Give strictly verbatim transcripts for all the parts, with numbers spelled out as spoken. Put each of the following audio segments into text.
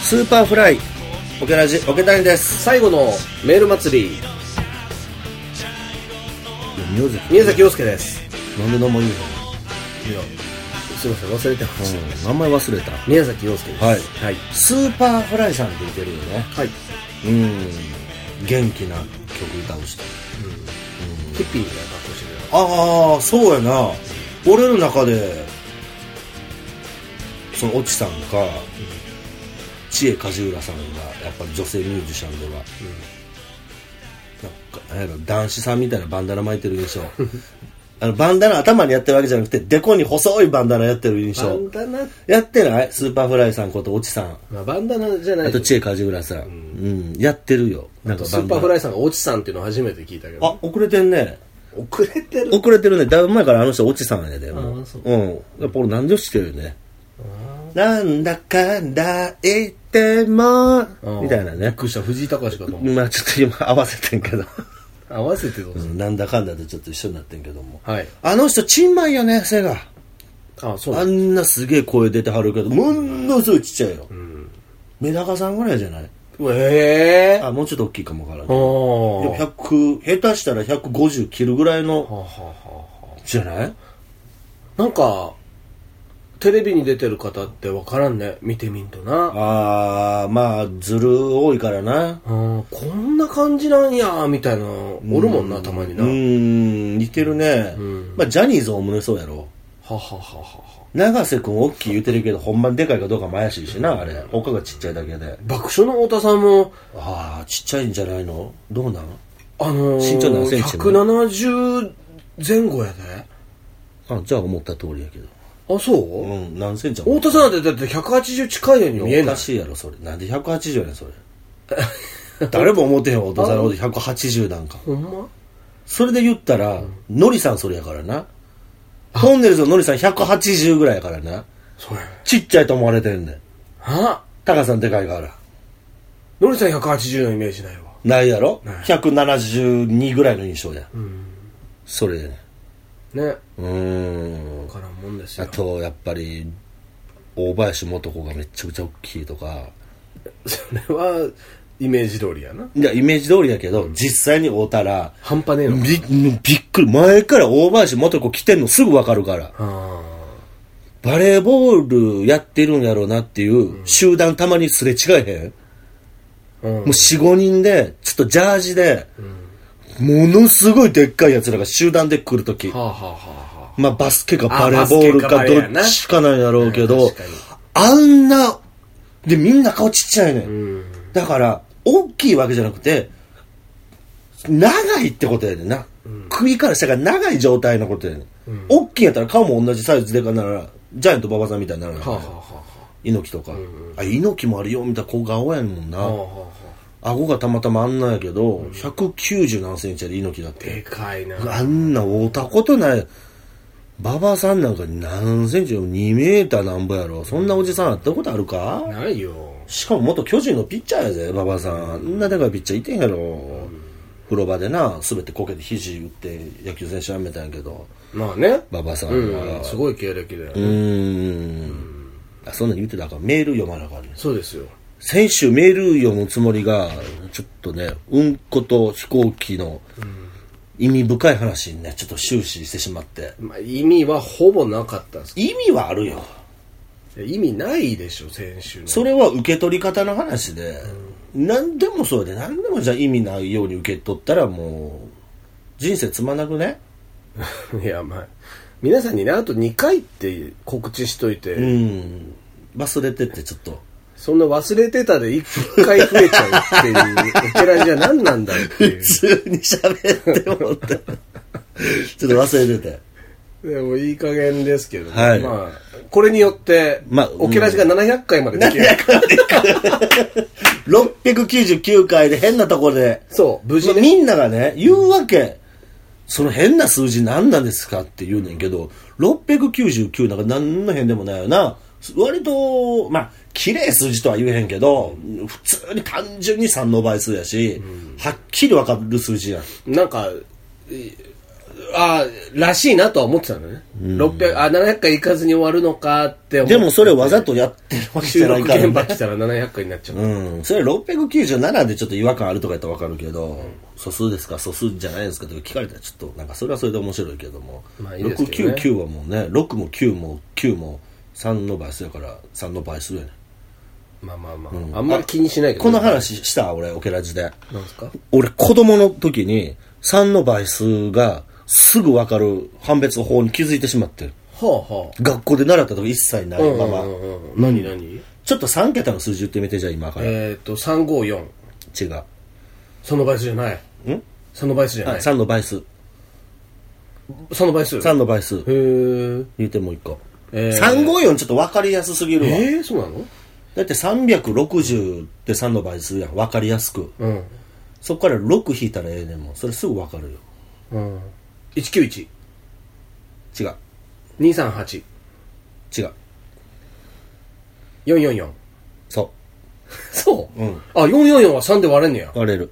スーパーフライオケラジオケタニです。 最後のメール祭り、 宮崎宮崎陽介です。 なんで名前言うの？いやすいません、忘れてました、 うん、名前忘れた。 宮崎陽介です。 はい、 はい、 スーパーフライさんって言ってるよね。 はい、 うん、元気な曲歌う人、 うんうん、ヒッピーみたいな格好してる。 ああそうやな。俺の中でその越智さんか、うん、知恵梶浦さんがやっぱり女性ミュージシャンでは、うん、なんかなんやろ男子さんみたいなバンダナ巻いてる印象あのバンダナ頭にやってるわけじゃなくてデコに細いバンダナやってる印象。 バンダナやってない？スーパーフライさんこと越智さん、 まあ、バンダナじゃない、 あと知恵梶浦さん、うんうん、やってるよ。 なんかスーパーフライさんが越智さんっていうのを初めて聞いたけど。 あ、遅れてんね。 遅れてる遅れてるね。だいぶ前からあの人越智さんやで。もう、 そう。 うん。やっぱ俺何でも知ってるよね。なんだかんだ言ってもみたいなね。 びっくりした。藤井隆かと思う。 まあちょっと今合わせてんけど合わせてどうする、 うん、なんだかんだでちょっと一緒になってんけども、 はい、 あの人チンマイよね、背が。 ああ、そうあんなすげえ声出てはるけどものすごいちっちゃいよ、うん、メダカさんぐらいじゃない？ ええー、 あ、もうちょっと大きいかもわからんけど、でもひゃく下手したらひゃくごじゅう切るぐらいの、はあはあはあ、じゃない？ なんかテレビに出てる方って分からんね、見てみんとな。 あー、まあずる多いからな。 うん、こんな感じなんやみたいなおるもんな、たまにな。 うん、似てるね、うん、まあジャニーズおおむねそうやろ。 はははは永瀬君大きい言うてるけどほんまにでかいかどうかも怪しいしな、あれ他がちっちゃいだけで。 爆笑の太田さんもああちっちゃいんじゃないの？どうなん？ あのー、 身長何センチ？ ひゃくななじゅうぜん後やで。 あ、じゃあ思った通りやけど。 あ、そう？ うん、何センチ？ 太田さんだってだってひゃくはちじゅう近いように見えない。 おかしいやろそれ。なんでひゃくはちじゅうやねんそれ誰も思ってへんわ、太田さんのことひゃくはちじゅうなんか。 ほんま？ それで言ったら、うん、ノリさんそれやからな。トンネルズのノリさんひゃくはちじゅうぐらいやからな。 そうや。 ちっちゃいと思われてんねん。 は？ タカさんでかいから。 ノリさんひゃくはちじゅうのイメージないわ。 ないやろ、ひゃくななじゅうにぐらいの印象や。うん、それでね。 ね。 うーん。 わからんもんですよ。 あとやっぱり大林素子がめちゃくちゃ大きいとか。 それはイメージ通りやな。 いやイメージ通りやけど、うん、実際に会うたら半端ねえの。 び, びっくり。前から大林素子来てんのすぐ分かるから。あ、バレーボールやってるんやろうなっていう集団たまにすれ違えへん、うん、もう よん,ご 人でちょっとジャージで、うん、ものすごいでっかいやつらが集団で来るとき、はあはあはあ、まあバスケかバレーボールかどっちかなんやろうけど、あんなでみんな顔ちっちゃいね、うん、だから大きいわけじゃなくて長いってことやねんな、うん、首から下が長い状態のことやねん、うん、大きいんやったら顔も同じサイズでかならジャイアント馬場さんみたいになるの、はあはあはあ、猪木とか、うんうん、あ猪木もあるよみたいな小顔やねんもんな、はあはあ、顎がたまたまあんなんやけど、うん、ひゃくきゅうじゅう何センチやで猪木だって。 でかいな。 あんな会うたことない。馬場さんなんか何センチよ、にメーターなんぼやろ。そんなおじさん会ったことあるか？ ないよ。 しかも元巨人のピッチャーやぜ馬場さん。あんなでかいピッチャーいてんやろ、うん、風呂場でな滑ってこけて肘打って野球選手やめたんやけど、 まあね、 馬場さんは、うん、すごい経歴だよね。うーん、 うん、あ、そんなに言ってたからメール読まなあかんね。 そうですよ。 先週メール読むつもりがちょっとね、うんこと飛行機の意味深い話にねちょっと終始してしまって、 まあ、意味はほぼなかったんです。 意味はあるよ。 意味ないでしょ先週の。 それは受け取り方の話で、うん、何でもそうで何でもじゃあ意味ないように受け取ったらもう人生つまなくねいやまあ皆さんにねあとにかいって告知しといて、 うん、忘れてってちょっとそんな忘れてたでいっかい増えちゃうっていうオケラジは何なんだっていう普通に喋って思ってちょっと忘れててでもいい加減ですけど、ね、はい、まあこれによって、まあ、オケラジがななひゃっかいまでできる、 うん、ろっぴゃくきゅうじゅうきゅうかいで変なところでそう無事、ねまあ、みんながね言うわけ、その変な数字何なんですかって言うねんけど、ろっぴゃくきゅうじゅうきゅうなんか何の変でもないよな。割とまあ綺麗数字とは言えへんけど、普通に単純にさんの倍数やし、うん、はっきり分かる数字やん。 なんかあらしいなとは思ってたのね、うん、ろっぴゃくあななひゃっかい行かずに終わるのかって思って。 でもそれわざとやってるわけじゃないから、ね、 収録現場来たらななひゃっかいになっちゃう、 うん、それろっぴゃくきゅうじゅうななでちょっと違和感あるとかやったらわかるけど、うん、素数ですか素数じゃないですかとか聞かれたらちょっとなんかそれはそれで面白いけども、まあいいですけどね、ろくきゅうきゅうはもうねろくもきゅうもきゅうもさんの倍数やからさんの倍数やね。 まあまあまあ、うん、あんまり気にしないけど、 この話した俺オケラジで。 なんですか。 俺子供の時にさんの倍数がすぐ分かる判別法に気づいてしまってる。 はあはあ、 学校で習ったとか一切ないまま。 うんうんうん、何何ちょっとさん桁の数字言ってみてじゃあ今から。 えっとさんごよん。 違う。 さんの倍数じゃない。ん ?さん の倍数じゃない。 さんの倍数。 さんの倍数。 さんの倍数。 へえ。 言うてもう一個。えー、さんごよんちょっと分かりやすすぎるわ。 えー、そうなの？ だってさんびゃくろくじゅうってさんの倍数やん。分かりやすく。うん。そっからろく引いたらええねんもん。それすぐ分かるよ。 うん。いちきゅういち。 違う。 にさんはち。 違う。 よんよんよん。 そう。 そう、 うん、 あ、よんよんよんはさんで割れんねや。 割れる。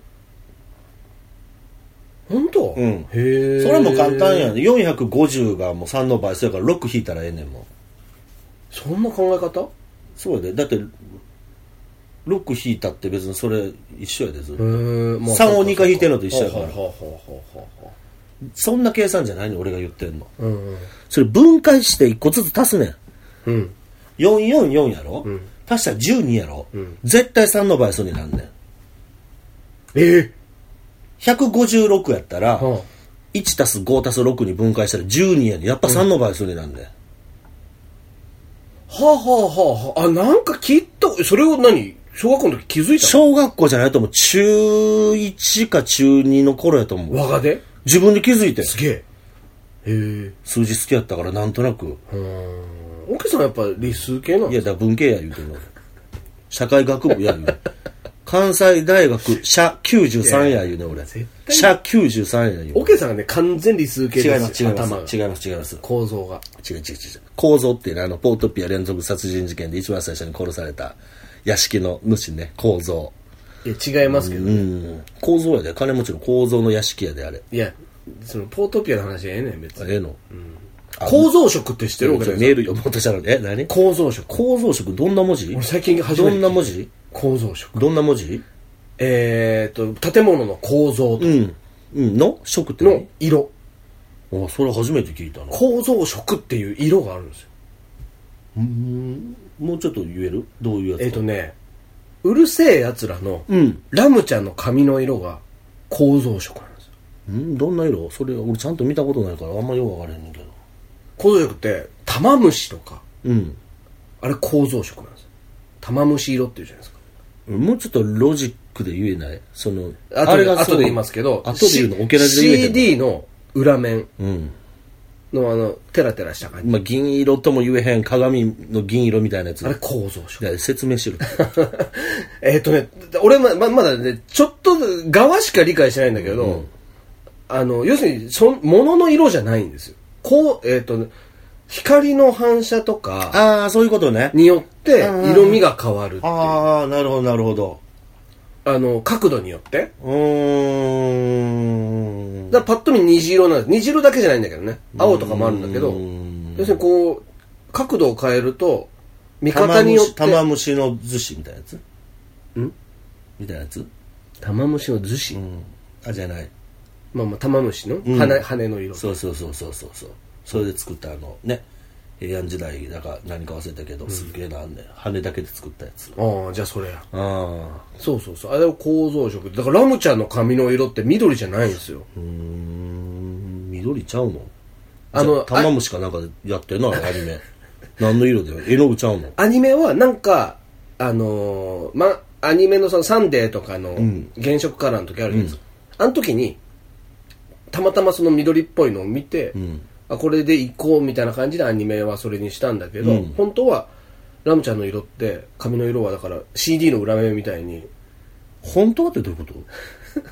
ほんと？ うん。へえ。それも簡単やん。よんひゃくごじゅうがもうさんの倍数やからろく引いたらええねんもん。 そんな考え方？ そうで。だって、ろく引いたって別にそれ一緒やでずっと。 まあ、 さんをにかい引いてんのと一緒やから。 はははははそんな計算じゃないの俺が言ってんの。 うんうん、 それ分解していっこずつ足すねん。 うん。 よんよんよんやろ、 うん、 足したらじゅうにやろ、 うん、 絶対さんの倍数になんねん。 えー、 ひゃくごじゅうろくやったら、 はあ、 いちたすごたすろくに分解したらじゅうにやで、やっぱさんの倍数になんねん。はあはあはあはあ、なんかきっと、それを何小学校の時気づいたの？ 小学校じゃないと思う。中いちか中にの頃やと思う。 我がで自分で気づいて。 すげえ。へえ。 数字好きやったからなんとなく。 うん。奥さんやっぱ理数系なんいや、だから文系や言うてんの。社会学部や言うて。関西大学社きゅうじゅうさんや言うね俺。社きゅうじゅうさんや言う。 奥さんがね完全理数系ですよ。 違います違います違います違います。 構造が。 違う違う違う。構造っていうのはあのポートピア連続殺人事件で一番最初に殺された屋敷の主ね、構造。 いや違いますけど、ね、 うん構造やで、金持ちの構造の屋敷やであれ。 いやそのポートピアの話はええねん別に。 ええの、うん、 構造色って知ってる？ メール読もうとしたので、え何？ 構造色。 構造色どんな文字？ 俺最近初めて。 どんな文字？ 構造色。 どんな文字？ えーっと建物の構造と、 うんうん、の色っての色。 あ、それ初めて聞いたな。 構造色っていう色があるんですよ。 うん、もうちょっと言える？どういうやつ？ えーっとねうるせえやつらの、うん、ラムちゃんの髪の色が構造色なんですよ。 んどんな色？それ俺ちゃんと見たことないからあんまよく分からへんねんけど。 構造色って玉虫とか、 うん、 あれ構造色なんですよ。玉虫色っていうじゃないですか。 もうちょっとロジックで言えない？そのあとで後で言いますけど、 後で言うのオケラジで言えへんの？ シーディー の裏面のあのテラテラした感じ、 まあ、銀色とも言えへん鏡の銀色みたいなやつ。 あれ構造色。 いや説明しろ。 えっとね俺ままだねちょっと側しか理解してないんだけど、うん、あの要するにそ物の色じゃないんですよ。こうえっ、ー、と光の反射とかああそういうことねによって色味が変わるっていう。 ああなるほどなるほど。 あの角度によってうーんだからパッと見虹色なんです。虹色だけじゃないんだけどね、青とかもあるんだけど、要するにこう角度を変えると見方によって玉虫の逗子みたいなやつんみたいなやつ玉虫の逗子、うん、 あじゃないまあまあ玉虫の羽、うん、羽の色。 そうそうそうそうそうそうそれで作ったあのね平安時代だか何か忘れたけど、うん、すっげえなあんねん羽だけで作ったやつ。 ああじゃあそれや。 ああそうそうそうあれは構造色だからラムちゃんの髪の色って緑じゃないんですよ。 うーん緑ちゃうの？ あの玉虫かなんかでやってんのアニメ。何の色で絵の具ちゃうの？ アニメはなんかあのー、まアニメのそのサンデーとかの原色カラーの時あるじゃないですか、うん、あの時にたまたまその緑っぽいのを見て、うんあこれで行こうみたいな感じでアニメはそれにしたんだけど、うん、本当はラムちゃんの色って髪の色はだから シーディー の裏面みたいに。 本当はってどういうこと？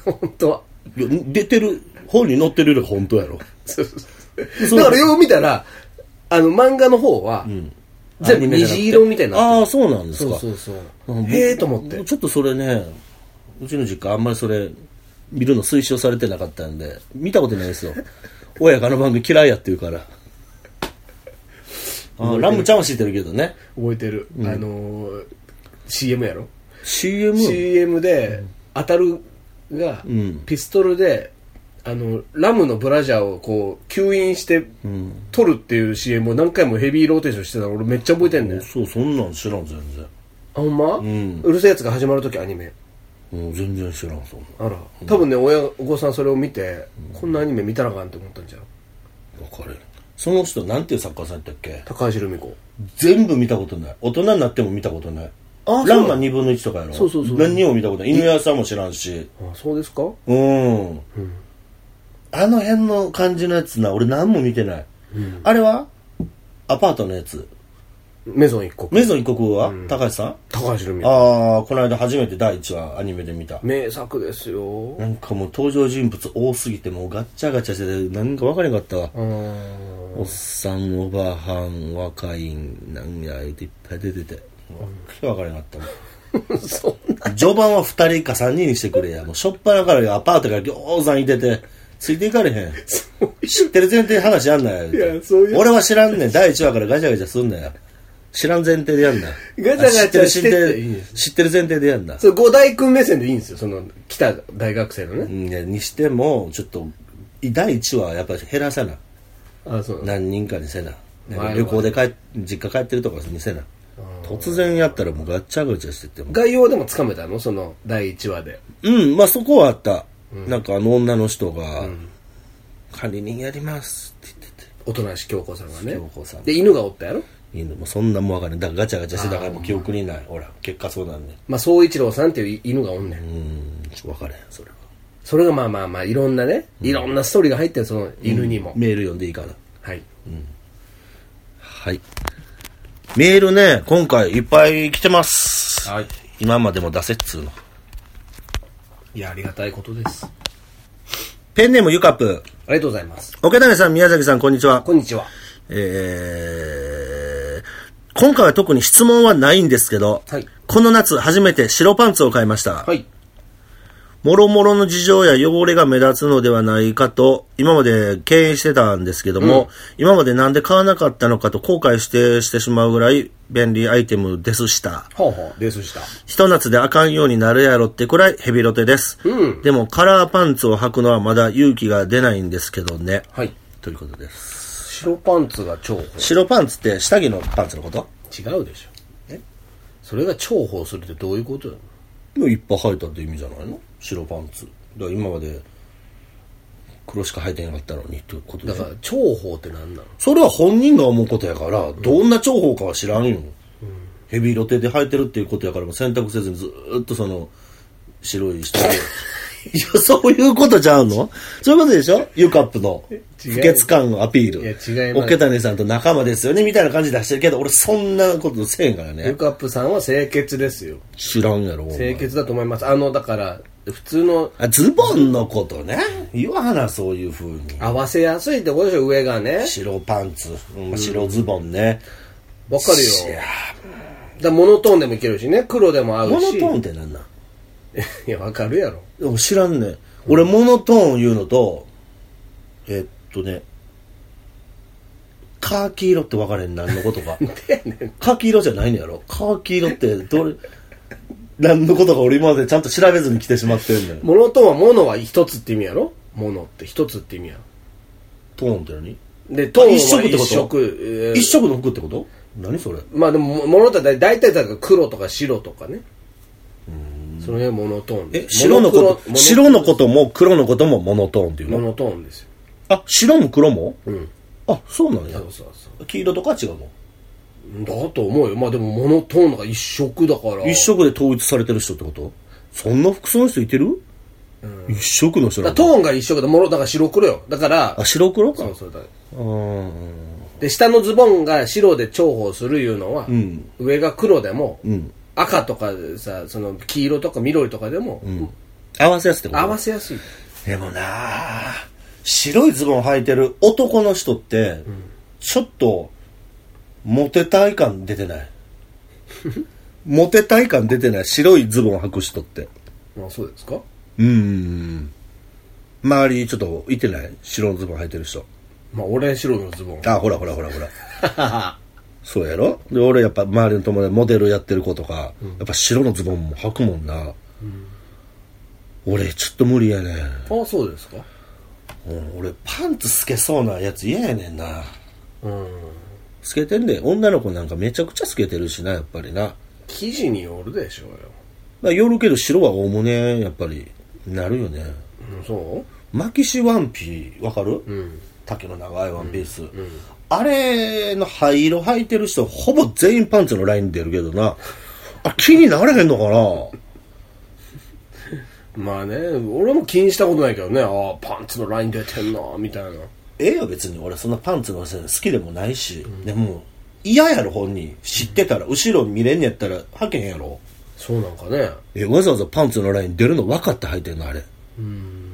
本当はいや出てる本に載ってる色が本当やろ。 そうそうそうだからよう見たらあの漫画の方は、うん、全部虹色みたいになってる。 ああそうなんですか。 そうそうそうへえと思って。 ちょっとそれねうちの実家あんまりそれ見るの推奨されてなかったんで見たことないですよ。 親があの番組嫌いやって言うからあラムちゃんは知ってるけどね。 覚えてる、うん、あのー、シーエム やろシーエム? シーエム で、うん、当たるが、うん、ピストルであのラムのブラジャーをこう吸引して、うん、取るっていう シーエム を何回もヘビーローテーションしてたの俺めっちゃ覚えてんねん。 そうそんなん知らん全然。 あほんま、うん、うるせえやつが始まるときアニメ。 もう全然知らんそんな。 あら多分ね、うん、親御さんそれを見て、うん、こんなアニメ見たらあかんって思ったんじゃん。 分かる。その人なんていう作家さんやったっけ。 高橋留美子。 全部見たことない。大人になっても見たことない。あランマにぶんのいちとかやろ。 そうそうそう。 何にも見たことない。犬屋さんも知らんし。 あそうですか。 うん、うん、あの辺の感じのやつな俺何も見てない、うん、あれはアパートのやつメゾン一国。 メゾン一国は、うん、高橋さん高橋留美子。 ああこの間初めてだいいちわアニメで見た。 名作ですよ。 なんかもう登場人物多すぎてもうガッチャガチャしててなんか分からなかったわ。おっさんおばはん若いんなんやいっぱい出ててわけ分からなかったもんそんな序盤はふたりかさんにんにしてくれや。もうしょっぱなからアパートからぎょうさんいててついていかれへん知ってる前提で話やんなよ。いやそういう俺は知らんねん。だいいちわからガチャガチャすんなよ。知らん前提でやんな。 ガチャガチャしてていいです。知ってる前提でやんな。 それ五大君目線でいいんですよ。その来た大学生のね。 いやにしてもちょっとだいいちわはやっぱり減らさな。あそう何人かにせな。旅行で帰実家帰ってるとかにせな。突然やったらもうガッチャガチャしてても。 概要でもつかめたのそのだいいちわで。 うんまあそこはあった、うん、なんかあの女の人が、うん、管理人やりますって言ってておとなし京子さんがね。 京子さんで犬がおったやろ。 犬もそんなもん分かんない。だからガチャガチャしてたからもう記憶にない。ほら結果そうなんね。 まあ宗一郎さんっていう犬がおんねん。 うんちょっと分からへんそれは。 それがまあまあまあいろんなね、いろんなストーリーが入ってるその犬にも、 うん、メール読んでいいかな。 はい、 うん、はいメールね今回いっぱい来てます、はい、今までも出せっつうの。 いやありがたいことです。 ペンネームゆかっぷありがとうございます。 岡谷さん宮崎さんこんにちは。 こんにちは。 えー、今回は特に質問はないんですけど、はい、この夏初めて白パンツを買いました。はいもろもろの事情や汚れが目立つのではないかと今まで敬遠してたんですけども、うん、今までなんで買わなかったのかと後悔してしてしまうぐらい便利アイテムですした。 ほうほうですした。 ひと夏であかんようになるやろってくらいヘビロテです、うん、でもカラーパンツを履くのはまだ勇気が出ないんですけどね。はいということです。 白パンツが重宝。 白パンツって下着のパンツのこと？ 違うでしょ。えそれが重宝するってどういうことだの？いっぱい履いたって意味じゃないの？白パンツだから今まで黒しか履いてなかったのにってことで。 だから重宝って何なの？ それは本人が思うことやから、うん、どんな重宝かは知らんよ、うん、ヘビーロテで履いてるっていうことやからもう洗濯せずにずっとその白い下でいやそういうことちゃうの？そういうことでしょ？ユカップの不潔感のアピール。いや違います。桶谷さんと仲間ですよねみたいな感じで出してるけど俺そんなことせえんからね。 ユカップさんは清潔ですよ。 知らんやろ。 清潔だと思います。あのだから普通のあズボンのことね言わなそういう風に合わせやすいってことでしょ。上がね白パンツ、うん、白ズボンねわかるよ。いやだモノトーンでもいけるしね黒でも合うし。 モノトーンってなんなんいやわかるやろ。 でも知らんね、うん、俺モノトーン言うのとえっとねカーキ色って分かれん何のことかカーキ色じゃないのやろ。カーキ色ってどれ何のことか俺今までちゃんと調べずに来てしまってんのよ。 モノトーンはモノは一つって意味やろ。モノって一つって意味やろ。 トーンって何でトーンは一色ってこと？ 一色、 えー、一色の服ってこと？何それ。 まあでもモノって大体だから黒とか白とかね。うんその辺モノトーン。 え白のこと白のことも黒のこともモノトーンっていうの？ モノトーンですよ。 あ白も黒も？ うん。 あそうなんや。 そうそうそう。 黄色とかは違うの？ だと思うよ。まあでもモノトーンが一色だから。 一色で統一されてる人ってこと？そんな服装の人いてる？うん、一色の人だ。トーンが一色だ。もろだから白黒よ。だからあ白黒か。 そうそうだ。うんで下のズボンが白で重宝するいうのは、うん、上が黒でも、うん、赤とかさその黄色とか緑とかでも、うん、 合わせやすいってこと？ 合わせやすい。 でもなあ白いズボン履いてる男の人って、うん、ちょっとモテたい感出てないモテたい感出てない白いズボン履く人って。 あそうですか。 うーん周りちょっといてない白のズボン履いてる人。 まあ俺白のズボン。 あ、ほらほらほらほら。そうやろ。で、俺やっぱ周りの友達モデルやってる子とか、うん、やっぱ白のズボンも履くもんな。うん、俺ちょっと無理やねん。 あ、そうですか。 うん、俺パンツ透けそうなやつ嫌やねんな。 うん。 透けてんで、女の子なんかめちゃくちゃ透けてるしな、やっぱりな。 生地によるでしょうよ。 まあ、よるけど白はおおむねやっぱりなるよね。 うん、そうマキシワンピわかる、 うん、 丈の長いワンピース、 うんうん、 あれの灰色履いてる人ほぼ全員パンツのライン出るけどな。あ、気にならへんのかな。まあね、俺も気にしたことないけどね。ああ、パンツのライン出てんなみたいな。 ええよ別に。俺そんなパンツの好きでもないし、うん、でも嫌やろ本人知ってたら、うん、後ろ見れんやったら履けへんやろ。 そうなんかね。 え、わざわざパンツのライン出るの分かって履いてんのあれ。 うん。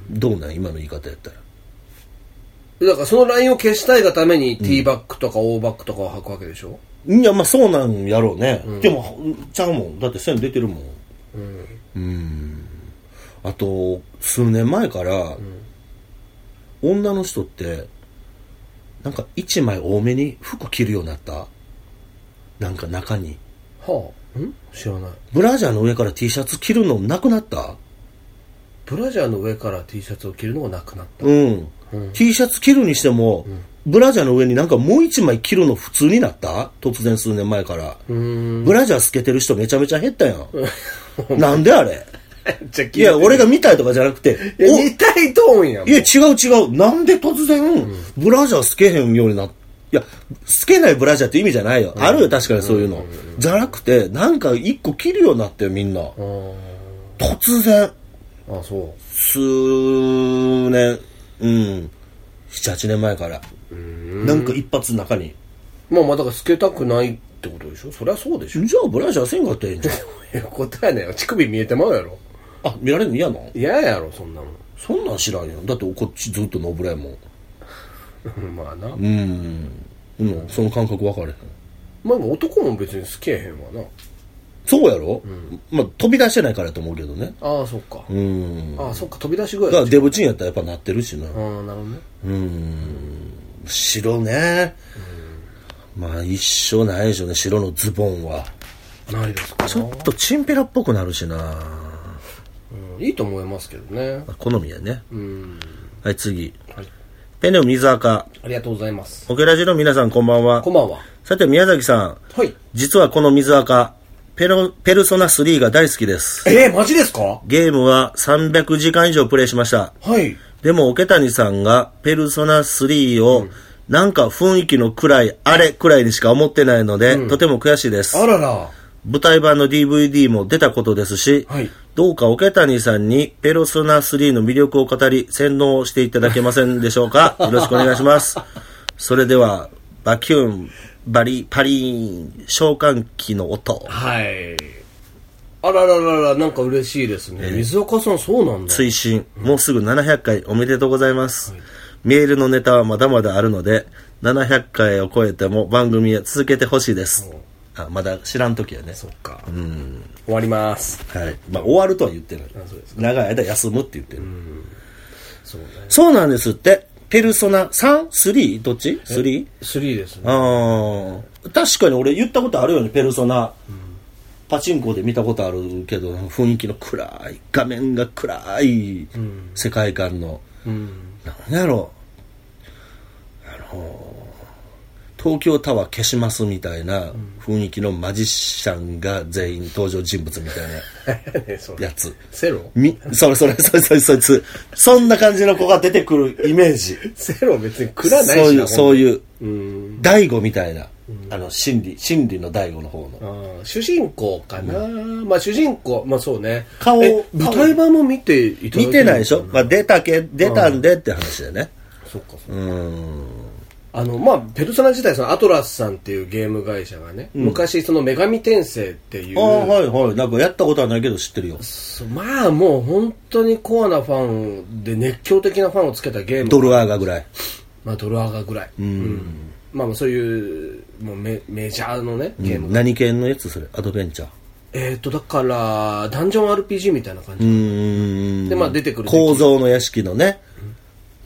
どうなん今の言い方やったら。 だからそのラインを消したいがために、うん、ティーバックとかオーバックとかを履くわけでしょ。 いやまあそうなんやろうね、うん、でもちゃうもんだって線出てるもん。 うんうんあと数年前から、うん、女の人ってなんか一枚多めに服着るようになった。なんか中にはあ、ん知らない。 ブラジャーの上から T シャツ着るのなくなった。 ブラジャーの上から T シャツを着るのがなくなった。 うん、うん、T シャツ着るにしても、うん、ブラジャーの上になんかもう一枚着るの普通になった。突然数年前から。 うーんブラジャー透けてる人めちゃめちゃ減ったやん。なんであれじゃいや俺が見たいとかじゃなくて、 いや見たいと思うんやもん。 いや違う違う。なんで突然、うん、ブラジャー透けへんようになっいや透けないブラジャーって意味じゃないよ、うん、あるよ確かにそういうの、うんうんうん、じゃなくてなんか一個着るようになってよみんな、うん、突然。 あそう数年うんななはちねんまえからうんなんか一発の中にまあまあだから透けたくないってことでしょ。そりゃそうでしょ。 じゃあブラジャーせんかったらええんじゃん。 そういうことやねん。乳首見えてまうやろ。 あ見られるの嫌なの。 嫌やろそんなの。 そんなん知らんよ。だってこっちずっとノブラやもん。 まあなうんうんその感覚分かれへん。 まあ男も別に透けへんわな。 そうやろ、うん、まあ飛び出してないからと思うけどね。 ああそっか。 うんああそっか飛び出し具合だからデブチンやったらやっぱなってるしな。 ああなるほどね。 うん白ね、うん、まあ一生ないでしょうね白のズボンは。 ないですか。 ちょっとチンピラっぽくなるしな、 うん、いいと思いますけどね。 好みやね。 うんはい次、 はい、 ペンネーム水垢。 ありがとうございます。 オケラジの皆さんこんばんは。 こんばんは。 さて宮崎さん、 はい、 実はこの水垢ペロペルソナスリーが大好きです。 えー、マジですか。 ゲームはさんびゃくじかん以上プレイしました。 はい。 でも桶谷さんがペルソナスリーを、うん、なんか雰囲気の暗いあれくらいにしか思ってないので、うん、とても悔しいです。 あらら。 舞台版の ディーブイディー も出たことですし、 はい、 どうか桶谷さんにペルソナスリーの魅力を語り洗脳していただけませんでしょうか。よろしくお願いします。それではバキュンバリパリーン召喚機の音。 はい。あららららなんか嬉しいですね、えー、水岡さんそうなんだ。 推進、うん、もうすぐななひゃっかいおめでとうございます、はい、メールのネタはまだまだあるのでななひゃっかいを超えても番組は続けてほしいです、うん、あまだ知らん時はね。 そっか、 うん、 終わります。 はい、まあ終わるとは言ってない。 あそうですか。 長い間休むって言ってる。 うんそうね、 そうなんですって。ペルソナ さん?スリー? どっち ?スリー? スリーですね。 あ確かに俺言ったことあるよねペルソナ、うん、パチンコで見たことあるけど雰囲気の暗い画面が暗い世界観の、 うん、 なんやろあの東京タワー消しますみたいな雰囲気のマジシャンが全員登場人物みたいなやつ。 セロみそれそれそれそれそいつそんな感じの子が出てくるイメージ。 セロ別に暗ないしな。 そういうそういううん大悟みたいな、あの心理心理の大悟の方のあ主人公かな、うん、まあ主人公まあそうね。 顔舞台版も見ていただいてるのかな。 見てないでしょ。まあ出たけ出たんでって話だよね。 そっかそっか。 うんあのまあペルソナ自体そのアトラスさんっていうゲーム会社がね、うん、昔その女神転生っていうあはいはいなんかやったことはないけど知ってるよ。 まあもう本当にコアなファンで熱狂的なファンをつけたゲームドルアーガぐらいまあドルアーガぐらい、 うんうん、 まあそういうもう メ, メジャーのねゲーム、 うん、何系のやつそれアドベンチャーえっ、ー、とだからダンジョン アールピージー みたいな感じうんでまあ出てくる構造の屋敷のね、 う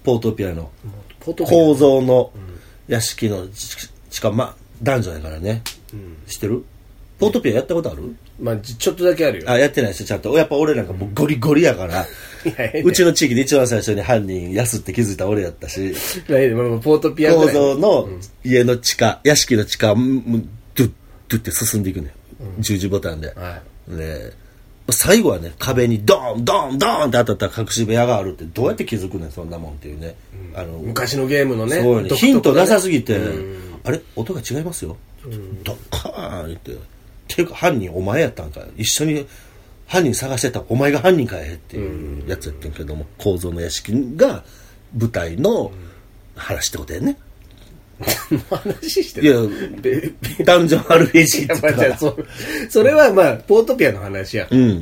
ポートピアノ。 ポートピアノ構造の屋敷のしかまあ男女やからね、うん、知ってる？ポートピアやったことある？ まあちょっとだけあるよ。 あ、やってないですよちゃんと。やっぱ俺なんかもうゴリゴリやから、うん、うちの地域で一番最初に犯人やすって気づいた俺やったしポートピアノ構造の家の地下、屋敷の地下をドゥッドゥって進んでいくね、うん、十字ボタンで、はい、で最後はね壁にドーンドーンドーンって当たった隠し部屋があるってどうやって気づくねんそんなもんっていうね、うん、あの昔のゲームのねそうねヒントなさすぎて、うん、あれ音が違いますよ、うん、ドカーン言ってっていうか犯人お前やったんか一緒に犯人探してたお前が犯人かえっていうやつやってんけども、構造の屋敷が舞台の話ってことやね。 話してる。 いやダンジョン アールピージー って言ったそ, それはまあポートピアの話や。 うんうん。うん、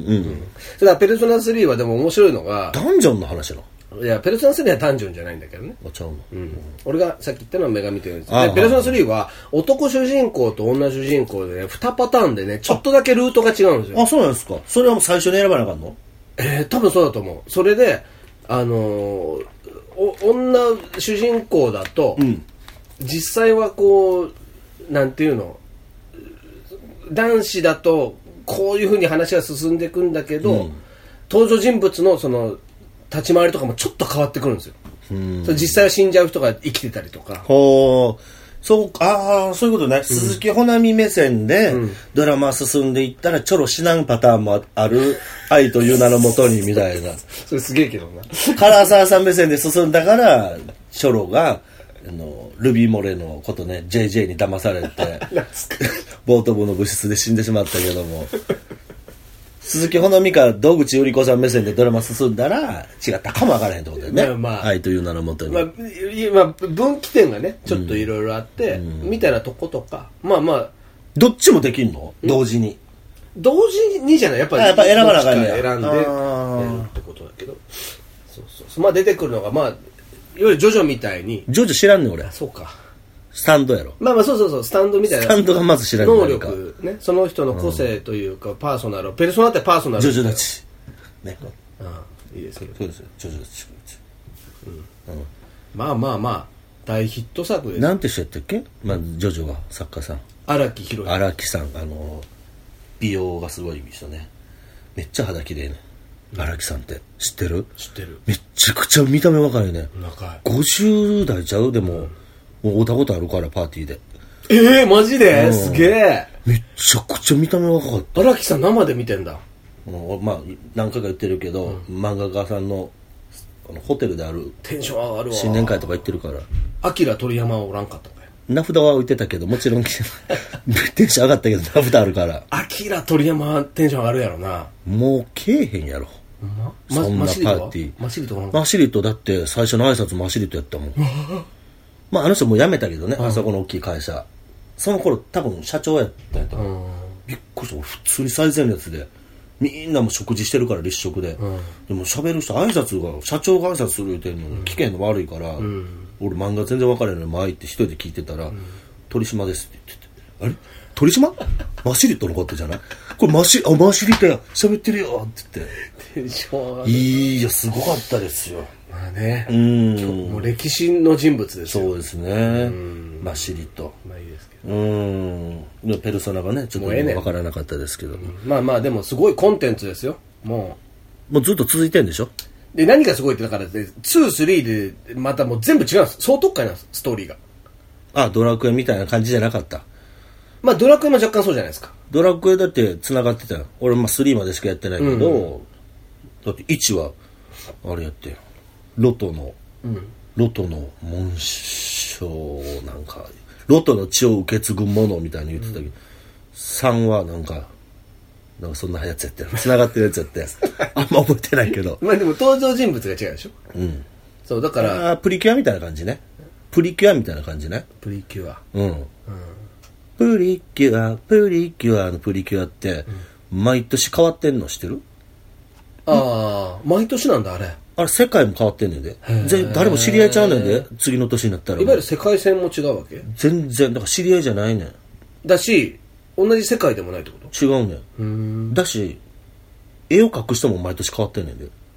それはペルソナスリーはでも面白いのがダンジョンの話なの。 いやペルソナスリーはダンジョンじゃないんだけどね。 あちゃうの、 うん。俺がさっき言ったのは女神というんですけど、ペルソナスリーは男主人公と女主人公でねにパターンでねちょっとだけルートが違うんですよ。 あそうなんですか。それはもう最初に選ばなあかんの？ えー、多分そうだと思う。それであのー、お女主人公だと、うん、実際はこうなんていうの男子だとこういう風に話が進んでいくんだけど、うん、登場人物のその立ち回りとかもちょっと変わってくるんですよ。うんそれ実際は死んじゃう人が生きてたりとか。 ほうそうああそういうことね、うん、鈴木保奈美目線でドラマ進んでいったらちょろしなんパターンもある愛という名のもとにみたいなそれすげえけどな唐沢さん目線で進んだからチョロがあのルビーモレのことね ジェイジェイ に騙されてボート部の部室で死んでしまったけども鈴木保奈美か野口百合子さん目線でドラマ進んだら違ったかもわからへんってことだよね、まあまあ、愛という名のもとに、 まあまあ、分岐点がねちょっといろいろあって、うん、みたいなとことかまあまあどっちもできんの同時に同時にじゃないやっぱりやっぱ選ばなあかんね選んでやるってことだけどそうそうそうまあ出てくるのがまあいわゆるジョジョみたいにジョジョ知らんねん俺そうかスタンドやろまあまあそうそうそうスタンドみたいなスタンドがまず知らん能力ねその人の個性というか、うん、パーソナルペルソナってパーソナルジョジョ立ちねああいいですねそうですよジョジョ立ち、 うんうん、まあまあまあ大ヒット作ですなんて人やったっけまあジョジョは作家さん荒木宏荒木さんあの美容がすごい人ねめっちゃ肌綺麗ね荒木さんって知ってる知ってるめっちゃくちゃ見た目若いね若いごじゅう代ちゃうでも、うんもう会ったことあるからパーティーでええー、マジで、うん、すげえめっちゃくちゃ見た目若かった荒木さん生で見てんだもうまあ何回か言ってるけど、うん、漫画家さんのあのホテルであるテンション上がるわ新年会とか行ってるからアキラ鳥山はおらんかったかよ名札は置いてたけどもちろんテンション上がったけど名札あるからアキラ鳥山はテンション上がるやろなもうけえへんやろ、 ま、 そんなパーティーマシリトはマシリトだって最初の挨拶マシリトやったもんまああの人もう辞めたけどね、うん、あそこの大きい会社その頃多分社長やったんやと思う、うん、びっくりした普通に最前列でみんなも食事してるから立食で、うん、でも喋る人挨拶が社長が挨拶する言うてんのに聞けへんの悪いから、うん、俺漫画全然分からへんのに前行って一人で聞いてたら、うん、鳥島ですって言っててあれ鳥島マシリットのことじゃないこれマシあマシリットや喋ってるよって言ってテンションいいやすごかったですよまあねうんもう歴史の人物ですよそうですねマシリとまあいいですけどうんペルソナがねちょっと分からなかったですけど、 うん、まあまあでもすごいコンテンツですよもうもうずっと続いてんでしょで何がすごいってだからツー、スリーでまたもう全部違うんです総特会なんですストーリーがあドラクエみたいな感じじゃなかったまあドラクエも若干そうじゃないですかドラクエだって繋がってたよ俺まあスリーまでしかやってないけど、うん、だっていちはあれやってロトの、うん、ロトの紋章なんかロトの血を受け継ぐものみたいに言ってたけど、うん、さんはなんかなんかそんなやつやってる繋がってるやつやってあんま覚えてないけどまあでも登場人物が違うでしょうんそうだからあプリキュアみたいな感じねプリキュアみたいな感じねプリキュアうん、うん、プリキュアプリキュアのプリキュアって、うん、毎年変わってんの知ってるああ毎年なんだあれあれ世界も変わってんねんで誰も知り合いちゃうねんで次の年になったらいわゆる世界線も違うわけ全然だから知り合いじゃないねんだし同じ世界でもないってこと違うねんだし絵を描く人も毎年変わってんねんで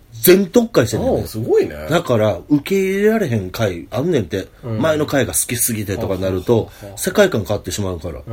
全特化してんねんね。 すごいね。 だから受け入れられへん回あんねんって、うん、前の回が好きすぎてとかなると世界観変わってしまうから、うん、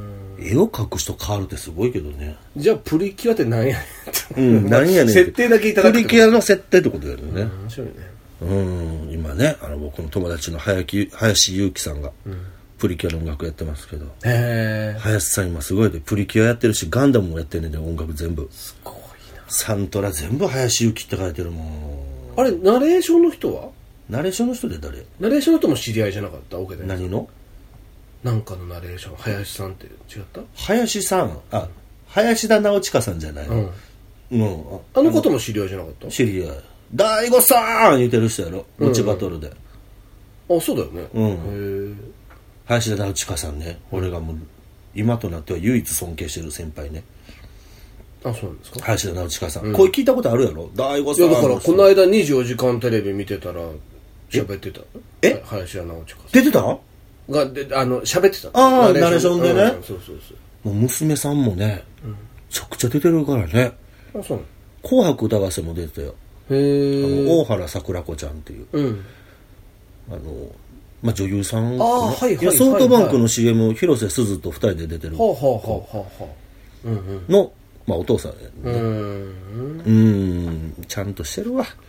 絵を描く人変わるってすごいけどね。 じゃあプリキュアって何やねん、うん、何やねん設定だけいただくプリキュアの設定ってことだよね。 面白いね。 うん今ねあの僕の友達の林優樹さんが、うんプリキュアの音楽やってますけど、 へー林さん今すごいでプリキュアやってるしガンダムもやってんねんで音楽全部すごいな。 サントラ全部林由紀って書いてるもん。 あれナレーションの人はナレーションの人で誰？ ナレーションの人も知り合いじゃなかったわけで。 何の？ なんかのナレーション林さんって違った？ 林さんあ林田直親さんじゃないの、うんうん、 あ, あのことも知り合いじゃなかった？ 知り合い大悟さん言ってる人やろ持ちバトルで、 うん、あそうだよね、 うん、へえ林田直親さんね、俺がもう今となっては唯一尊敬してる先輩ね。 あ、そうなんですか。 林田直親さん、うん、声聞いたことあるやろ大悟さん。 いやだからこの間にじゅうよじかんテレビ見てたら喋ってた。 え林田直親さん出てたがであの喋ってた。 ああナレーションでね、 うん、そうそうそうもう娘さんもね、うん、めちゃくちゃ出てるからね。 あそうなの。 紅白歌合戦も出てたよ。 へえ。 大原桜子ちゃんっていう、うん、あのまあ、女優さん、 あ、はいはい、 ソフトバンクの シーエム を広瀬すずとふたりで出てるはあはあはあはあうんうん、 の、まあ、お父さんやね。 うーんうんちゃんとしてるわ、はい、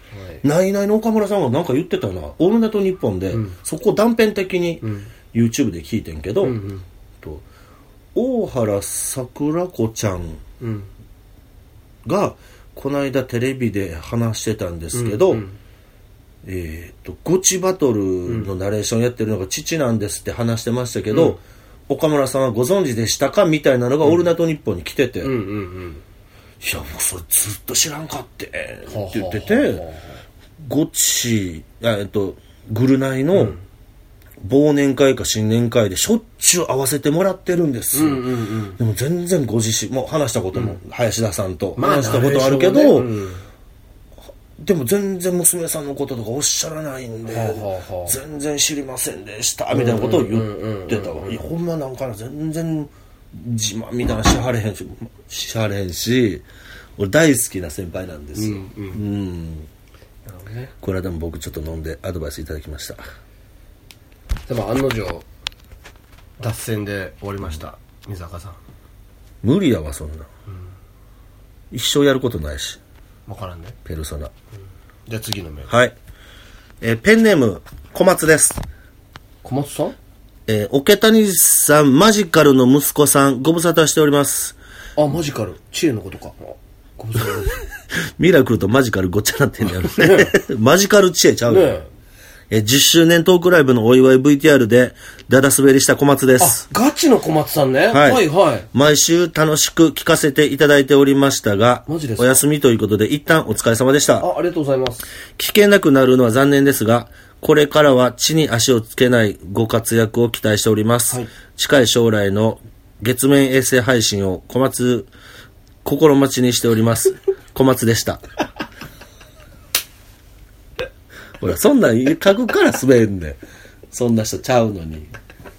ナイナイの岡村さんがなんか言ってたな「オールナイトニッポン」で、うん、そこ断片的に YouTube で聞いてんけど、うんうん、と大原桜子ちゃんがこの間テレビで話してたんですけど、うんうんえー、とゴチバトルのナレーションやってるのが父なんですって話してましたけど、うん、岡村さんはご存知でしたかみたいなのがオールナイトニッポンに来てて、うんうんうんうん、いやもうそれずっと知らんかってって言ってて、ははははゴチえっとグルナイの忘年会か新年会でしょっちゅう会わせてもらってるんです、うんうんうん、でも全然ご自身も話したことも、うん、林田さんと話したことあるけど、まあねうんでも全然娘さんのこととかおっしゃらないんで、はあはあ、全然知りませんでしたみたいなことを言ってたわ。いやほんまなんかな全然自慢みたいなしはれへんししはれへんし俺大好きな先輩なんですよ、うんうんうんなるほどね、これはでも僕ちょっと飲んでアドバイスいただきました。 でも案の定脱線で終わりました、うん、水坂さん無理やわそんな、うん、一生やることないし分からんねペルソナ、うん、 じゃあ次のメールはい、えー、ペンネーム小松です。 小松さんえー、桶谷さんマジカルの息子さんご無沙汰しております。 あマジカル知恵のことかご無沙汰ミラクルとマジカルごっちゃなってんだよねマジカル知恵ちゃうよ、ねえじゅっしゅうねんトークライブのお祝い ブイティーアール でダダ滑りした小松です。 あガチの小松さんね、はい、はいはい毎週楽しく聞かせていただいておりましたがマジですかお休みということで一旦お疲れ様でした。 あありがとうございます。 聞けなくなるのは残念ですがこれからは地に足をつけないご活躍を期待しております、はい、近い将来の月面衛星配信を小松心待ちにしております小松でしたほらそんなん書くから滑るんでそんな人ちゃうのに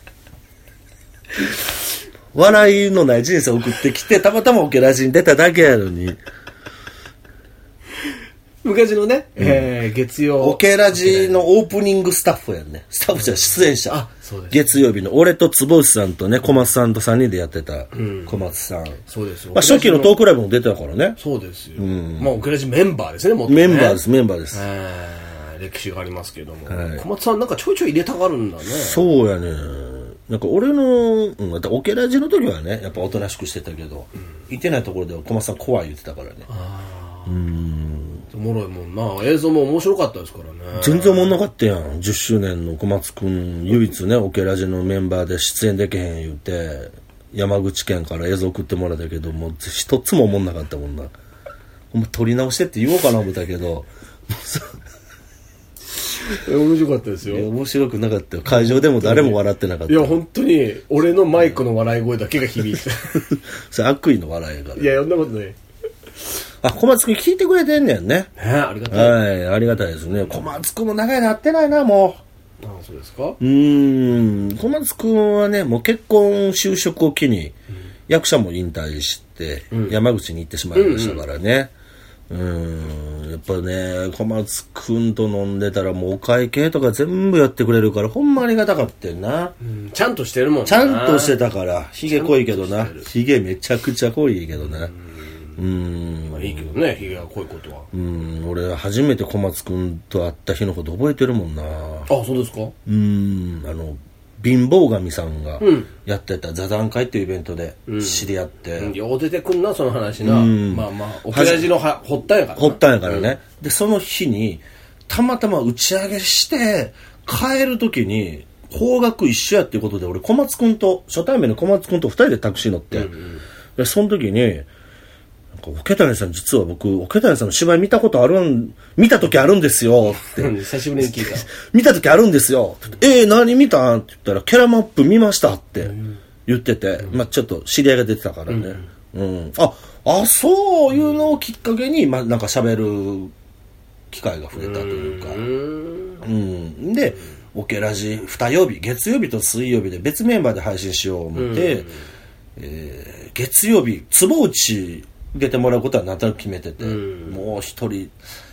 笑いのない人生送ってきてたまたまオケラジに出ただけやのに昔のね、うんえー、月曜オケラジのオープニングスタッフやんね。スタッフじゃ出演者、 あそうです月曜日の俺と坪内さんとね小松さんとさんにんでやってた小松さん、うん、 そうですよ、 まあ、初期のトークライブも出てたからね。 そうですよ、うん、まあオケラジメンバーですねもっとねメンバーですメンバーです、 えー、歴史がありますけども、はい、小松さんなんかちょいちょい入れたがるんだね。 そうやねなんか俺の、うん、オケラジの時はねやっぱおとなしくしてたけど、うん、いてないところでは小松さん怖い言ってたからね。あうんおもろいもんな。映像も面白かったですからね。 全然おもんなかったやん。じゅっしゅうねんの小松くん唯一ねオケラジのメンバーで出演できへん言うて山口県から映像送ってもらったけどもう一つもおもんなかったもんな。ほんま撮り直してって言おうかな思ったけど面白かったですよ。 いや面白くなかったよ。会場でも誰も笑ってなかった。 いや本当に俺のマイクの笑い声だけが響いてそれ悪意の笑いやから。 いやそんなことない。 あ、小松くん聞いてくれてんねんね。 ねありがたい。 はい、ありがたいですね。小松くんも長いなってないな、もう。ああ、そうですか。うーん、小松くんはね、もう結婚、就職を機に、うん、役者も引退して、うん、山口に行ってしまいましたからね。 うーん、やっぱね、小松くんと飲んでたらもうお会計とか全部やってくれるから、ほんまありがたかったよな。 うん、ちゃんとしてるもんな。 ちゃんとしてたから、ヒゲ濃いけどな。ヒゲめちゃくちゃ濃いけどな。うーん。 まあいいけどね、ヒゲが濃いことは。 うん、俺初めて小松くんと会った日のこと覚えてるもんな。 あ、そうですか？ うん、あの、貧乏神さんがやってた座談会っていうイベントで知り合って、 うん、よう出てくんなその話な、うん、まあまあオケラジのは発端やからな発端やからね、うん、でその日にたまたま打ち上げして帰る時に方角一緒やっていうことで俺小松くんと初対面の小松くんと二人でタクシー乗って、うんうん、でその時に桶谷さん実は僕桶谷さんの芝居見たことあるん見た時あるんですよって久しぶりに聞いた見た時あるんですよってえー、何見たんって言ったらキャラマップ見ましたって言ってて、うん、まあちょっと知り合いが出てたからね、うんうん、ああそういうのをきっかけにまあなんか喋る機会が増えたというか、うん、でオケラジに曜日月曜日と水曜日で別メンバーで配信しよう思って、えー、月曜日坪内出てもらうことはなんとなく決めてて、うん、もう一人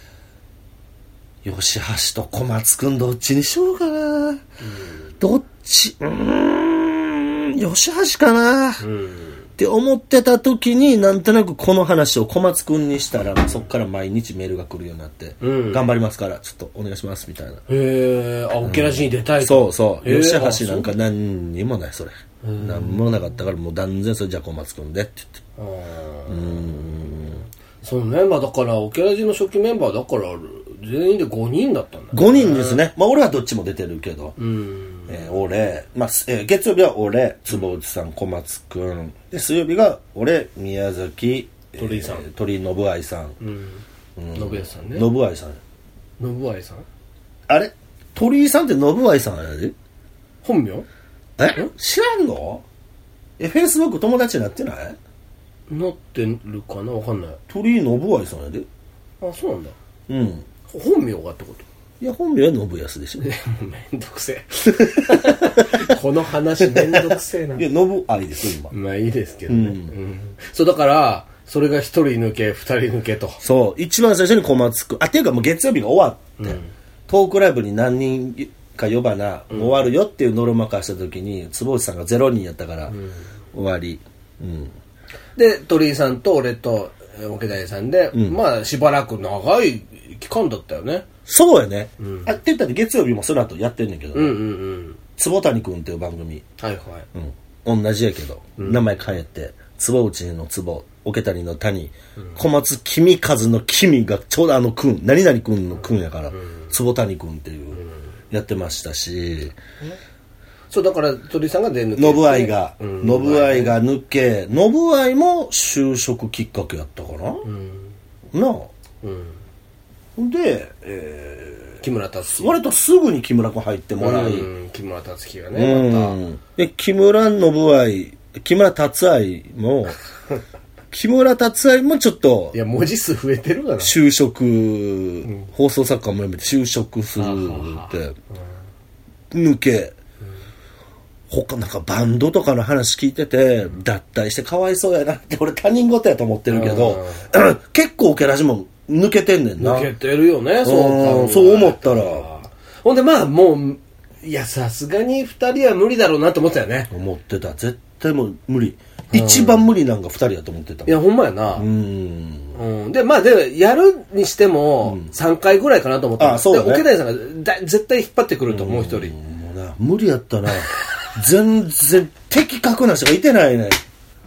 吉橋と小松くんどっちにしようかな、うん、どっちうーん吉橋かな、うん、って思ってた時になんとなくこの話を小松くんにしたらそっから毎日メールが来るようになって、うん、頑張りますからちょっとお願いしますみたいな。へえ、あオケラジに出たいと、うん、そうそう吉橋なんか何にもないそれ何もなかったからもう断然それじゃあ小松くんでって言って、うーんそうね、まあだからオケラジの初期メンバーだから全員でごにんだったんだね。 ごにんですね。まあ俺はどっちも出てるけど、うんえー、俺、まあえー、月曜日は俺坪内さん小松くんで水曜日が俺宮崎鳥居さん、えー、 鳥居信愛さん、 うんうん、信愛さんね信愛さん信愛さんあれ鳥居さんって信愛さんやで本名え知らんのえフェイスブック友達になってないなってるかなわかんない。 鳥居信愛さんやで。 あそうなんだ。 うん本名がってこと？ いや本名は信康でしょ。 めんどくせえこの話めんどくせえな。 いや信愛です今。 まあいいですけどね、うんうん、そうだからそれが一人抜け二人抜けとそう一番最初に小松くんあっていうかもう月曜日が終わって、うん、トークライブに何人か呼ばな、うん、終わるよっていうノルマ化した時に坪内さんがゼロにんやったから、うん、終わり、うん、 で鳥居さんと俺と桶谷さんで、うん、まあしばらく長い期間だったよね。 そうやね、うん、あって言ったって月曜日もその後やってんねんけど、ね、 うんうんうん、 坪谷くんっていう番組はいはい、 うん、同じやけど、うん、名前変えて坪内の坪桶谷の谷、うん、小松君和の君がちょうどあのくん何々くんのくんやから、うん、坪谷くんっていう、うん、やってましたし、 そうだから鳥さんが出抜けて信愛が、うん、信愛が抜け信愛も就職きっかけやったかな、うん、なあ、うん、で、えー、木村達樹割とすぐに木村君入ってもらい、 うん、木村達樹がね、 またで木村信愛木村達愛も木村達愛もちょっといや文字数増えてるから就職、うん、放送作家もやめて就職するって抜け他なんかバンドとかの話聞いてて、うん、脱退してかわいそうやなって俺他人事やと思ってるけど結構オケラジも抜けてんねんな。 抜けてるよねそうそう思ったらほんでまあもういやさすがにふたりは無理だろうなと思ったよね。 思ってた絶対もう無理一番無理なんかふたりやと思ってた。 いやほんまやな。うん、うん、でまあでやるにしてもさんかいぐらいかなと思った、うん、あそうね。桶谷さんがだ絶対引っ張ってくると思う一人。 もうな無理やったな全然的確な人がいてないね。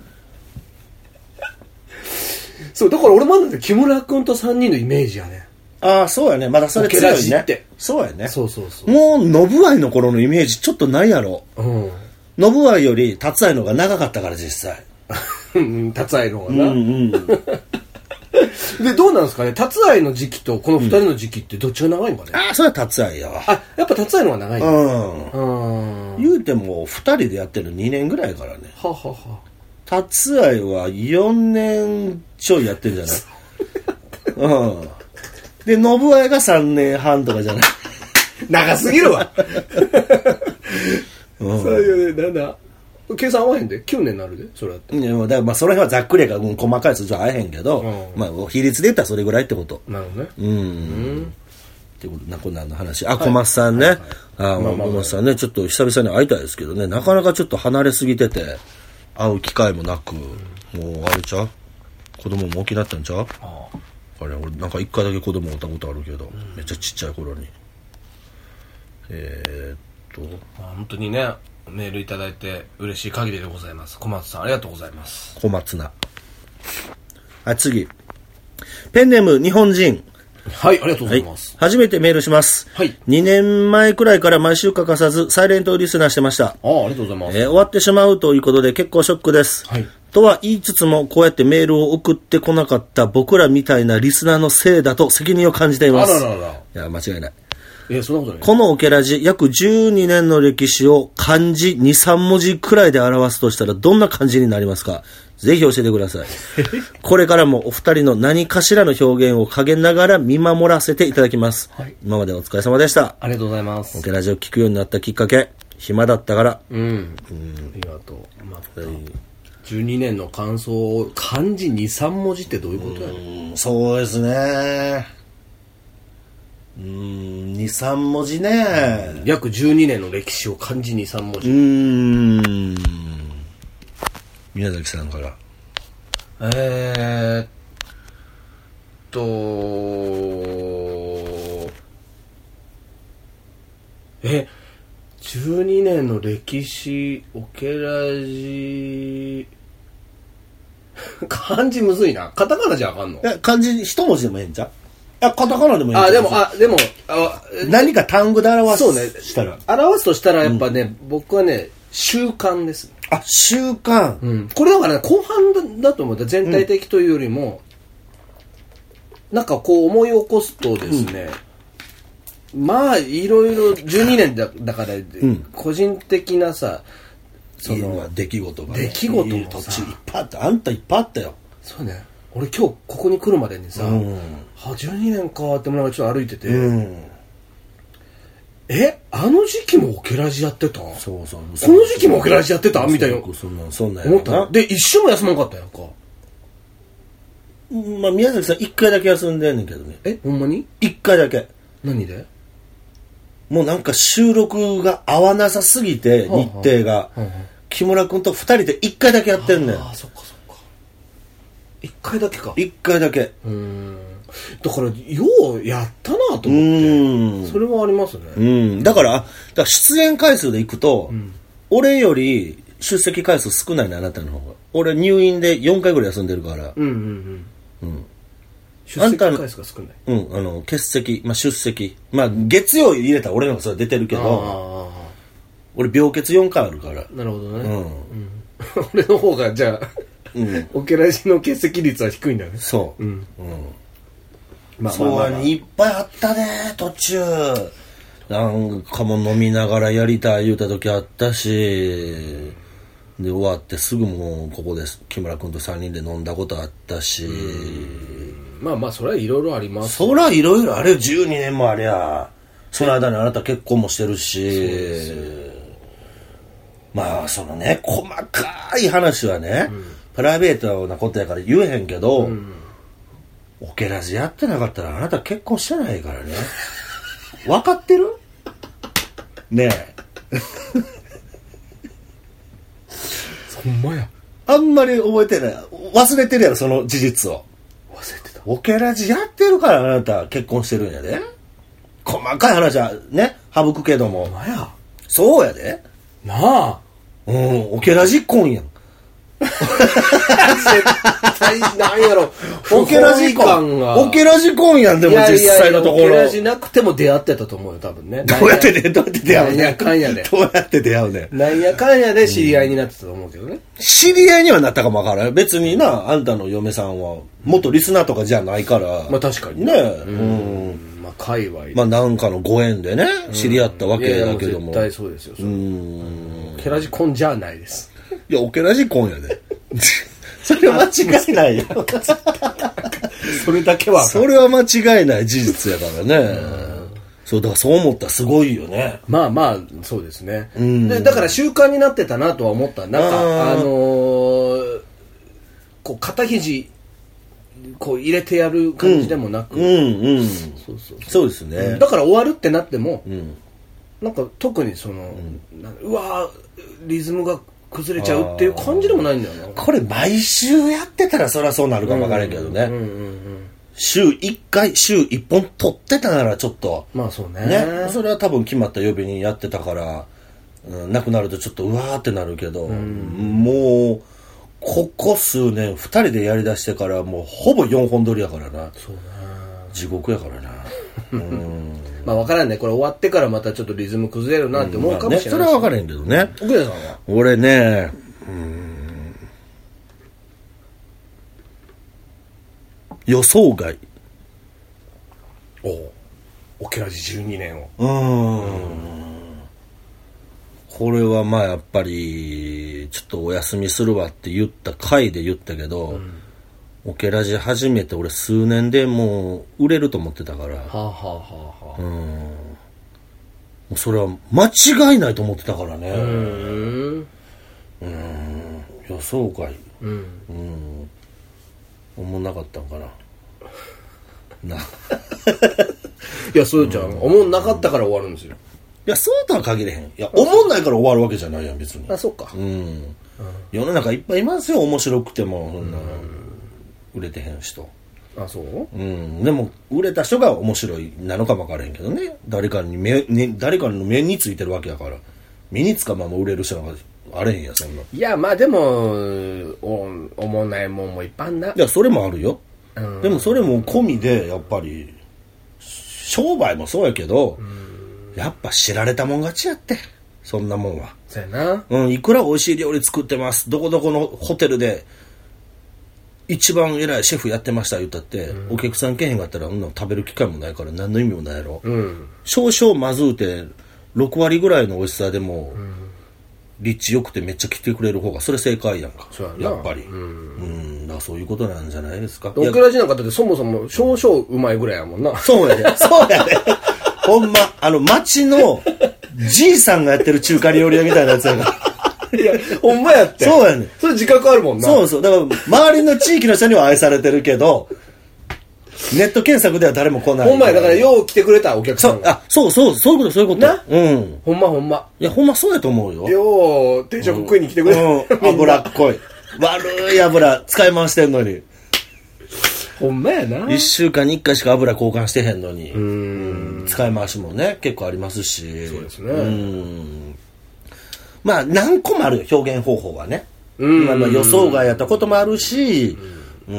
そうだから俺まだ木村君とさんにんのイメージやね。 ああそうやねまだそれ強いね。そうやね。 そうそうそう。 もう信愛の頃のイメージちょっとないやろ。うん信愛より達愛の方が長かったから実際達愛の方がな、うんうん、でどうなんですかね達愛の時期とこのふたりの時期ってどっちが長いんかね、うん、 ああそれは達愛やわ。 あやっぱ達愛の方が長いんだ、 うんうん、言うてもふたりでやってるにねんぐらいからね。ははは達愛はよねんちょいやってんじゃないうんで信愛がさんねんはんとかじゃない長すぎるわうん、そういうねなんだ計算合わへんできゅうねんになるでそれだって。 いやだからまあその辺はざっくりやから、うん、細かい数字は合えへんけど、 うん、 まあ比率で言ったらそれぐらいってこと。 なるほどね。 うん。うんってことな、こんなの話。あ、小松さんね。はいはいはい、あ、まあ、小松さんね、ちょっと久々に会いたいですけどね、なかなかちょっと離れすぎてて、会う機会もなく、うん、もうあれちゃう子供も大きなったんちゃうああれ、俺なんか一回だけ子供会ったことあるけど、うん、めっちゃちっちゃい頃に。えー、っと。 本当にね、メールいただいて嬉しい限りでございます。小松さん、ありがとうございます。 小松菜。はい、次。ペンネーム日本人。 はい、ありがとうございます、 はい。初めてメールします。 はい。 にねんまえくらいから毎週欠かさず、サイレントリスナーしてました。 ああ、ありがとうございます。 えー、終わってしまうということで結構ショックです。 はい。 とは言いつつも、こうやってメールを送ってこなかった僕らみたいなリスナーのせいだと責任を感じています。 あららら。いや、間違いない。 え、そんなことない。 このオケラジ、約じゅうにねんの歴史を漢字に、さん文字くらいで表すとしたらどんな漢字になりますか？ぜひ教えてください。これからもお二人の何かしらの表現を陰ながら見守らせていただきます。はい、今までお疲れ様でした。 ありがとうございます。 オケラジを聞くようになったきっかけ、暇だったから。 うん。うん、ありがとう。またじゅうにねんの感想を漢字に、さん文字ってどういうことやねん。 そうですね。うーん、に、さん文字ね。 約じゅうにねんの歴史を漢字に、さん文字。 うーん。宮崎さんから。 えーっと、え、じゅうにねんの歴史、オケラジ、漢字むずいな。カタカナじゃあかんの？ いや、漢字一文字でもええんちゃう？あ、カタカナでもいいんちゃう？ あ、でも、あ、でも、あ何か単語で表す。 そうね。 したら。 表すとしたらやっぱね、うん、僕はね、習慣です。 あ、習慣。 うん。これだからね、後半だと思った。全体的というよりも、うん、なんかこう思い起こすとですね、うん、まあ、いろいろじゅうにねんだ、だから、うん、個人的なさ、 その、出来事が、ね。 出来事も土地いっぱいあった。あんたいっぱいあったよ。 そうね。俺今日ここに来るまでにさ、うん、はじゅうにねんかってもなんかちょっと歩いてて、うん、えあの時期もオケラジやってた？ そうそう。 この時期もオケラジやってたみたいな。 そんな、そんな思った。で、一週も休まんかったやんか。 まあ、宮崎さん一回だけ休んでんねんけどね。 え、ほんまに？ 一回だけ。 何で？ もうなんか収録が合わなさすぎて、日程が。はあはあ、木村くんと二人で一回だけやってんねん。 ああ、そっかそっか。一回だけか。 一回だけ。 うん。だから、ようやったなと思って。うん。それはありますね。 うん。だから、だから出演回数でいくと、うん、俺より出席回数少ないね、あなたの方が。俺入院でよんかいぐらい休んでるから。 うんうんうん。うん。出席回数が少ない。 うん。あの、欠席、まあ出席。まあ月曜入れたら俺の方がそれ出てるけど、あ俺病欠よんかいあるから。 なるほどね。うん。うん、俺の方が、じゃあ、うん、オケラジの欠席率は低いんだね。 そう。うん。うん。まあまあまあ、まあ、そういっぱいあったね、途中。なんかも飲みながらやりたい言うた時あったし、で終わってすぐもうここで木村君とさんにんで飲んだことあったし。 まあまあ、それはいろいろあります。 そりゃいろいろあれよ、じゅうにねんもありゃ。その間にあなた結婚もしてるし。まあ、そのね、細かい話はね、うん、プライベートなことやから言えへんけど、うん、オケラジやってなかったらあなた結婚してないからね。分かってる？ねえ。 ほんまや。 あんまり覚えてない。忘れてるやろ、その事実を。 忘れてた。 オケラジやってるからあなた結婚してるんやで。細かい話はね、省くけども。 ほんまや。 そうやで。 なあ。 うん、オケラジ婚やん。 絶対なんやろ。 オケラジ婚。オケラジ婚やん、でも実際のところ。 オケラジなくても出会ってたと思うよ、多分ね。 どうやって出、どうやって出会うね。 なんやかんやで。 どうやって出会うね。 なんやかんやで知り合いになってたと思うけどね。うん、 知り合いにはなったかもわからない。別にな、あんたの嫁さんは、元リスナーとかじゃないから。 まあ確かにね。 うん。まあ界隈。 まあなんかのご縁でね、知り合ったわけだけども。 絶対そうですよ。うん。オケラジ婚じゃないです。 いや、オケラジ婚やで。それは間違いないよ。 それだけは。 それは間違いない事実やからね。 そうだからそう思ったらすごいよね。 まあまあそうですね、 うん、 でだから習慣になってたなとは思った。なんかあのー、こう肩肘こう入れてやる感じでもなく、 うんうんうん、 そうそうそう、 そうですね。 だから終わるってなっても、 うん、 なんか特にその、うん、うわリズムが崩れちゃうっていう感じでもないんだよな。 これ毎週やってたらそりゃそうなるかもわからんけどね、うんうんうんうん、週いっかい週いっぽん撮ってたならちょっとまあそうね、 ね、それは多分決まった曜日にやってたから、うん、なくなるとちょっとうわーってなるけど、うん、もうここ数年ふたりでやりだしてからもうほぼよんほん撮りやからな。 そうな、 地獄やからなうんまあ分からんね。これ終わってからまたちょっとリズム崩れるなって思うかもしれない、ね、 それは分からへんけどね。 奥田さんは？ 俺ね、うーん、予想外。 おお、オケラジじゅうにねんを。 うーん、これはまあやっぱりちょっとお休みするわって言った回で言ったけど、うん、オケラジ始めて俺数年でもう売れると思ってたから、はあはあはあ、うん、もうそれは間違いないと思ってたからね。うーん、うーん、予想外、うん、うん、思んなかったんかなないやそうじゃん、うん、思んなかったから終わるんですよ。 いやそうとは限れへん。いや思んないから終わるわけじゃないやん別に。 あ、そうか、 うん、うん、世の中いっぱいいますよ面白くてもそんな、うん、売れてへん人。 あ、そう、 うん、でも売れた人が面白いなのかも分からへんけどね。誰かに目、ね、誰かの目についてるわけやから目につかまま売れる人なんかあれへんやそんな。 いやまあでもお思んないもんもいっぱいあんな。 いやそれもあるよ、うん、でもそれも込みでやっぱり商売もそうやけど、うん、やっぱ知られたもん勝ちやってそんなもんは。 そうやな、 うん、いくら美味しい料理作ってますどこどこのホテルで一番偉いシェフやってました言ったって、うん、お客さん来へんかったらうん食べる機会もないから何の意味もないやろ、うん、少々まずうてろくわりぐらいの美味しさでも、うん、立地良くてめっちゃ来てくれる方がそれ正解やんか。そうやな、やっぱり、うん、うん、だからそういうことなんじゃないですか。 オケラジなんかだってそもそも少々うまいぐらいやもんな。 そうやねそうやねほんまあの町のじいさんがやってる中華料理屋みたいなやつやからいやほんまやって。 そうやね。 それ自覚あるもんな。 そうそう。だから周りの地域の人には愛されてるけどネット検索では誰も来ない。 ほんまや。だからよう来てくれたお客さんが。 あ、そうそうそういうことそういうことな。うん。 ほんまほんま。 いやほんまそうやと思うよ。 よう定食食いに来てくれた、うんうん、油っこい悪い油使い回してんのに。 ほんまやな。 いっしゅうかんにいっかいしか油交換してへんのに。うん、使い回しもね結構ありますし。 そうですね。うん、 まあ何個もあるよ表現方法はね。うんまあ、まあ予想外やったこともあるし、うん、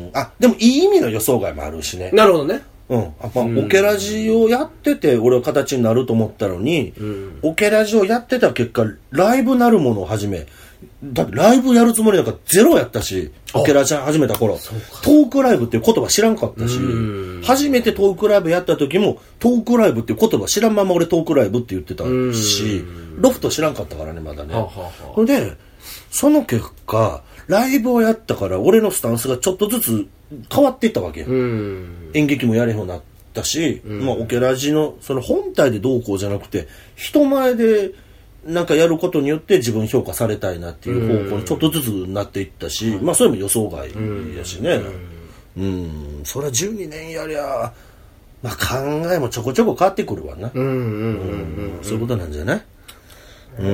あでもいい意味の予想外もあるしね。 なるほどね。 うん、やっぱオケラジをやってて俺は形になると思ったのに、うん、オケラジをやってた結果ライブなるものを始めだってライブやるつもりなんかゼロやったしオケラジ始めた頃トークライブっていう言葉知らんかったし、初めてトークライブやった時もトークライブっていう言葉知らんまま俺トークライブって言ってたし、ロフト知らんかったからねまだね。はははでその結果ライブをやったから俺のスタンスがちょっとずつ変わっていったわけよ。演劇もやれるようになったし、まあ、オケラジのその本体でどうこうじゃなくて人前でなんかやることによって自分評価されたいなっていう方向にちょっとずつなっていったし、まあそれも予想外やしね。うん、それはじゅうにねんやりゃまあ考えもちょこちょこ変わってくるわな。そういうことなんじゃない。うん、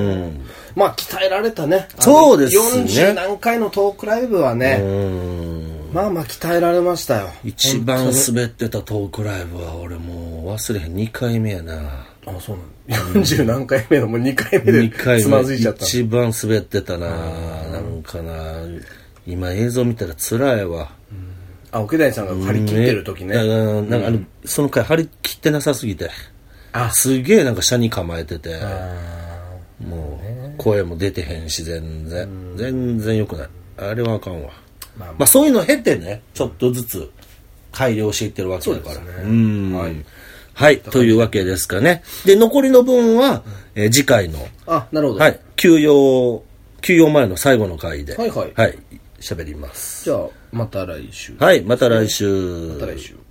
まあ鍛えられたね。 そうですね。 よんじゅう何回のトークライブはね、うんまあまあ鍛えられましたよ。 一番滑ってたトークライブは俺もう忘れへんにかいめやな。 あ、そうなんよんじゅう何回目のもうにかいめでつまずいちゃった。 一番滑ってたな。なんかな今映像見たら辛いわ。 うん、あ、奥谷さんが張り切ってる時ね。 うん、なんかあの、うん、その回張り切ってなさすぎて、あすげえなんか車に構えてて。もう声も出てへんし全然全然良くない。あれはあかんわ。まあ、まあ、まあそういうのを経てねちょっとずつ改良していってるわけだから。そうですね。うん、はい、はい、というわけですかね。で残りの分は、うんえー、次回のあなるほど、 はい、休養休養前の最後の回ではいはいはい喋ります。 じゃあまた来週。 はいまた来週。 また来週。